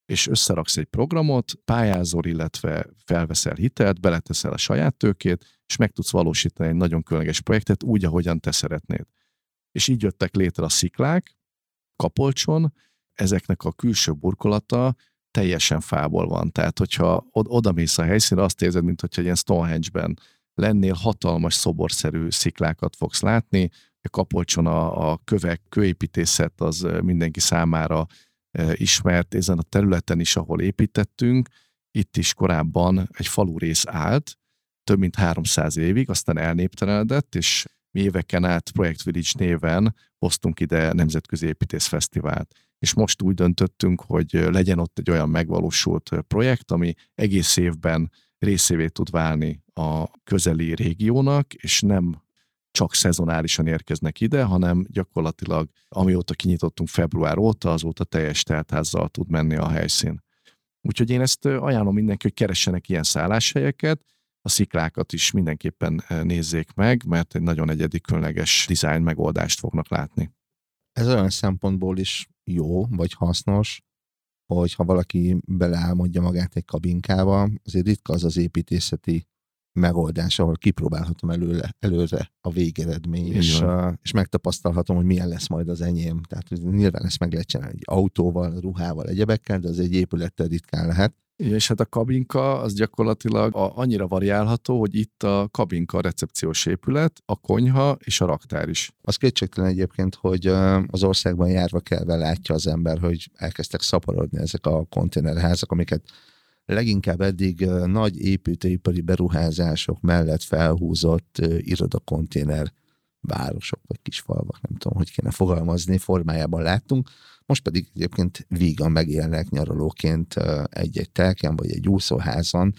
és összeraksz egy programot, pályázol, illetve felveszel hitelt, beleteszel a saját tőkét, és meg tudsz valósítani egy nagyon különleges projektet úgy, ahogyan te szeretnéd. És így jöttek létre a sziklák Kapolcson, ezeknek a külső burkolata teljesen fából van. Tehát, hogyha odamész a helyszínre, azt érzed, mintha ilyen Stonehenge-ben lennél, hatalmas szoborszerű sziklákat fogsz látni. A Kapolcson a kőépítészet az mindenki számára ismert, ezen a területen is, ahol építettünk, itt is korábban egy falurész állt, több mint 300 évig, aztán elnéptelenedett, és mi éveken át Project Village néven hoztunk ide nemzetközi építészfesztivált. És most úgy döntöttünk, hogy legyen ott egy olyan megvalósult projekt, ami egész évben részévé tud válni a közeli régiónak, és nem csak szezonálisan érkeznek ide, hanem gyakorlatilag amióta kinyitottunk február óta, azóta teljes teltházzal tud menni a helyszín. Úgyhogy én ezt ajánlom mindenki, hogy keressenek ilyen szálláshelyeket, a sziklákat is mindenképpen nézzék meg, mert egy nagyon egyedi, különleges design megoldást fognak látni. Ez olyan szempontból is jó, vagy hasznos, hogy ha valaki beleálmodja magát egy kabinkába, azért ritka az az építészeti megoldás, ahol kipróbálhatom előre a végeredmény, és megtapasztalhatom, hogy milyen lesz majd az enyém. Tehát nyilván ezt meg lehet csinálni egy autóval, ruhával, egyebekkel, de az egy épülettel ritkán lehet. Igen, és hát a kabinka az gyakorlatilag annyira variálható, hogy itt a kabinka a recepciós épület, a konyha és a raktár is. Az kétségtelen egyébként, hogy az országban járva kelve látja az ember, hogy elkezdtek szaporodni ezek a konténerházak, amiket leginkább eddig nagy építőipari beruházások mellett felhúzott irodakonténer városok vagy kisfalvak, nem tudom, hogy kéne fogalmazni, formájában láttunk. Most pedig egyébként vígan megélnek nyaralóként egy-egy telken vagy egy úszóházon,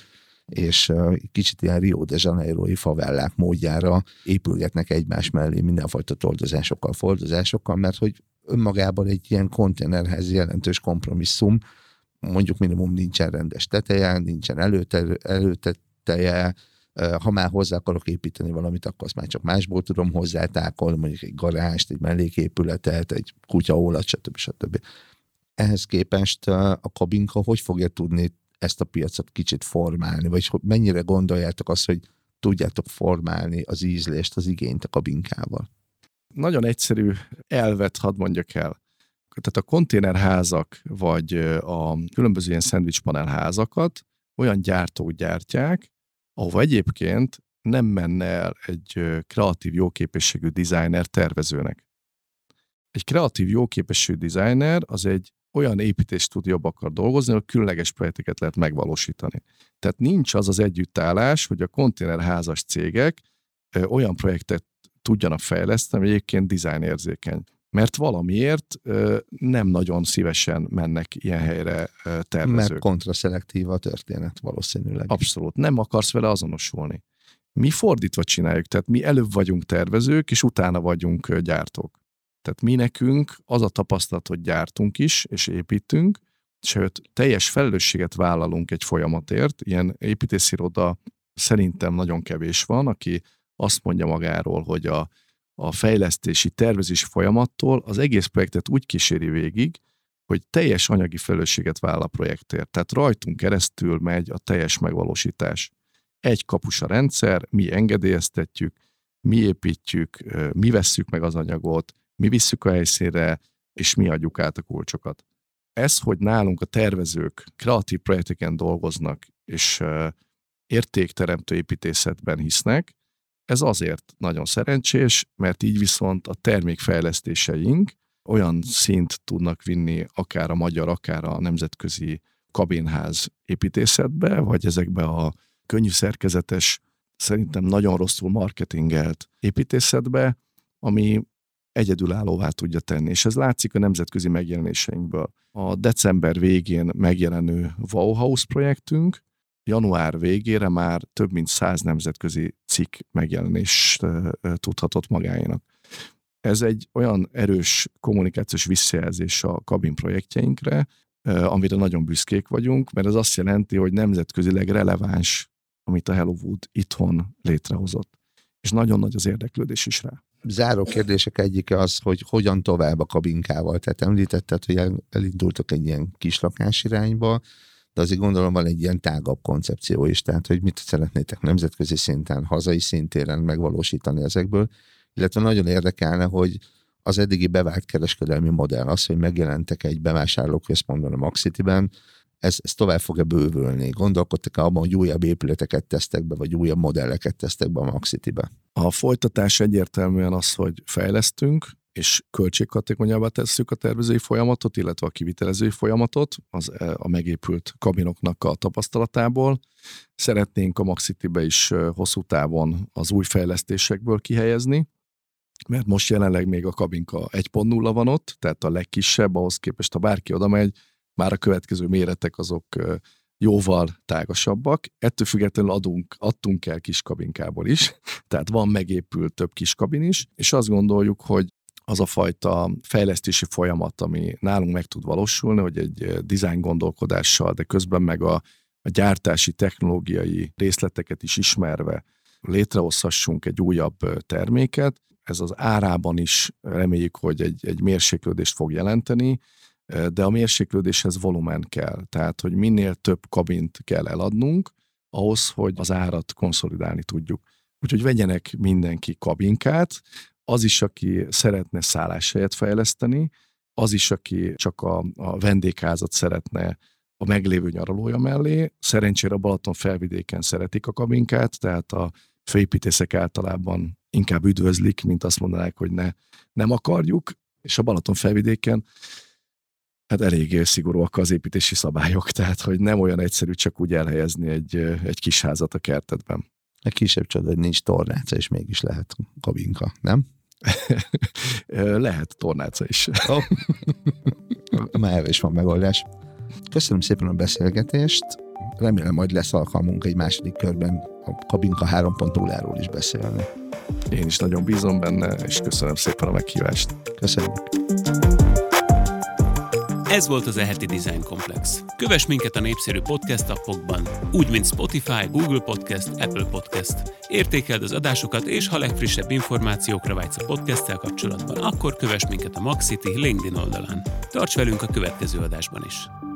és kicsit ilyen Rio de Janeiro-i favellák módjára épülgetnek egymás mellé mindenfajta foldozásokkal, mert hogy önmagában egy ilyen konténerház jelentős kompromisszum, mondjuk minimum nincsen rendes teteje, nincsen előteteje, ha már hozzá akarok építeni valamit, akkor azt már csak másból tudom hozzátákolni, mondjuk egy garást, egy melléképületet, egy kutyaólat, stb. Ehhez képest a kabinka hogy fogja tudni ezt a piacot kicsit formálni, vagy mennyire gondoljátok azt, hogy tudjátok formálni az ízlést, az igényt a kabinkával? Nagyon egyszerű elvet hadd mondjak el. Tehát a konténerházak, vagy a különböző ilyen szendvicspanelházakat olyan gyártók gyártják, ahova egyébként nem menne el egy kreatív, jóképességű designer tervezőnek. Egy kreatív, jóképességű designer az egy olyan építésstúdióban akar dolgozni, ahol különleges projekteket lehet megvalósítani. Tehát nincs az az együttállás, hogy a konténerházas cégek olyan projektet tudjanak fejleszteni, ami egyébként designérzékeny. Mert valamiért nem nagyon szívesen mennek ilyen helyre tervezők. Mert kontraszelektív a történet valószínűleg. Abszolút. Nem akarsz vele azonosulni. Mi fordítva csináljuk, tehát mi előbb vagyunk tervezők, és utána vagyunk gyártók. Tehát mi nekünk az a tapasztalat, hogy gyártunk is, és építünk, sőt, teljes felelősséget vállalunk egy folyamatért. Ilyen építésziroda szerintem nagyon kevés van, aki azt mondja magáról, hogy a fejlesztési, tervezési folyamattól az egész projektet úgy kíséri végig, hogy teljes anyagi felelősséget vállal a projektért. Tehát rajtunk keresztül megy a teljes megvalósítás. Egy kapus a rendszer, mi engedélyeztetjük, mi építjük, mi vesszük meg az anyagot, mi visszük a helyszínre, és mi adjuk át a kulcsokat. Ez, hogy nálunk a tervezők kreatív projekteken dolgoznak, és értékteremtő építészetben hisznek, ez azért nagyon szerencsés, mert így viszont a termékfejlesztéseink olyan szint tudnak vinni akár a magyar, akár a nemzetközi kabinház építészetbe, vagy ezekbe a könnyű szerkezetes, szerintem nagyon rosszul marketingelt építészetbe, ami egyedülállóvá tudja tenni. És ez látszik a nemzetközi megjelenéseinkből. A december végén megjelenő Wow House projektünk január végére már több mint 100 nemzetközi cikk megjelenést tudhatott magáénak. Ez egy olyan erős kommunikációs visszajelzés a kabin projektjeinkre, amire nagyon büszkék vagyunk, mert ez azt jelenti, hogy nemzetközileg releváns, amit a Hello Wood itthon létrehozott. És nagyon nagy az érdeklődés is rá. záró kérdések egyike az, hogy hogyan tovább a kabinkával. Tehát említetted, hogy elindultak egy ilyen kislakás irányba, de azért gondolom van egy ilyen tágabb koncepció is, tehát hogy mit szeretnétek nemzetközi szinten, hazai szintéren megvalósítani ezekből, illetve nagyon érdekelne, hogy az eddigi bevált kereskedelmi modell, az, hogy megjelentek egy bevásárlóközpontban a Max-Cityben, ez tovább fog-e bővülni? Gondolkodtak-e abban, hogy újabb épületeket tesztek be, vagy újabb modelleket tesztek be a Max-Citybe? A folytatás egyértelműen az, hogy fejlesztünk, és költséghatékonyabbá tesszük a tervezői folyamatot, illetve a kivitelezői folyamatot, az a megépült kabinoknak a tapasztalatából. Szeretnénk a Max-Citybe is hosszú távon az új fejlesztésekből kihelyezni, mert most jelenleg még a kabinka 1.0 van ott, tehát a legkisebb, ahhoz képest, ha bárki oda megy, már a következő méretek azok jóval tágasabbak. Ettől függetlenül adtunk el kis kabinkából is, tehát van megépült több kis kabin is, és azt gondoljuk, hogy az a fajta fejlesztési folyamat, ami nálunk meg tud valósulni, hogy egy design gondolkodással, de közben meg a gyártási technológiai részleteket is ismerve létrehozhassunk egy újabb terméket. Ez az árában is reméljük, hogy egy mérséklődést fog jelenteni, de a mérséklődéshez volumen kell. Tehát, hogy minél több kabint kell eladnunk, ahhoz, hogy az árat konszolidálni tudjuk. Úgyhogy vegyenek mindenki kabinkát, az is, aki szeretne szálláshelyet fejleszteni, az is, aki csak a vendégházat szeretne a meglévő nyaralója mellé. Szerencsére a Balaton felvidéken szeretik a kabinkát, tehát a főépítészek általában inkább üdvözlik, mint azt mondanák, hogy nem akarjuk, és a Balaton felvidéken hát eléggé szigorúak az építési szabályok, tehát hogy nem olyan egyszerű csak úgy elhelyezni egy kis házat a kertedben. Egy kisebb csoda, hogy nincs tornáca, és mégis lehet kabinka, nem? Lehet tornáca is. Oh. Már erre is van megoldás. Köszönöm szépen a beszélgetést. Remélem, majd lesz alkalmunk egy második körben a kabinka 3.0-ról is beszélni. Én is nagyon bízom benne, és köszönöm szépen a meghívást. Köszönjük. Ez volt az E-heti Design Komplex. Kövess minket a népszerű podcast appokban, úgy mint Spotify, Google Podcast, Apple Podcast. Értékeld az adásokat, és ha legfrissebb információkra vágysz a podcasttel kapcsolatban, akkor kövess minket a Max-City LinkedIn oldalán. Tarts velünk a következő adásban is!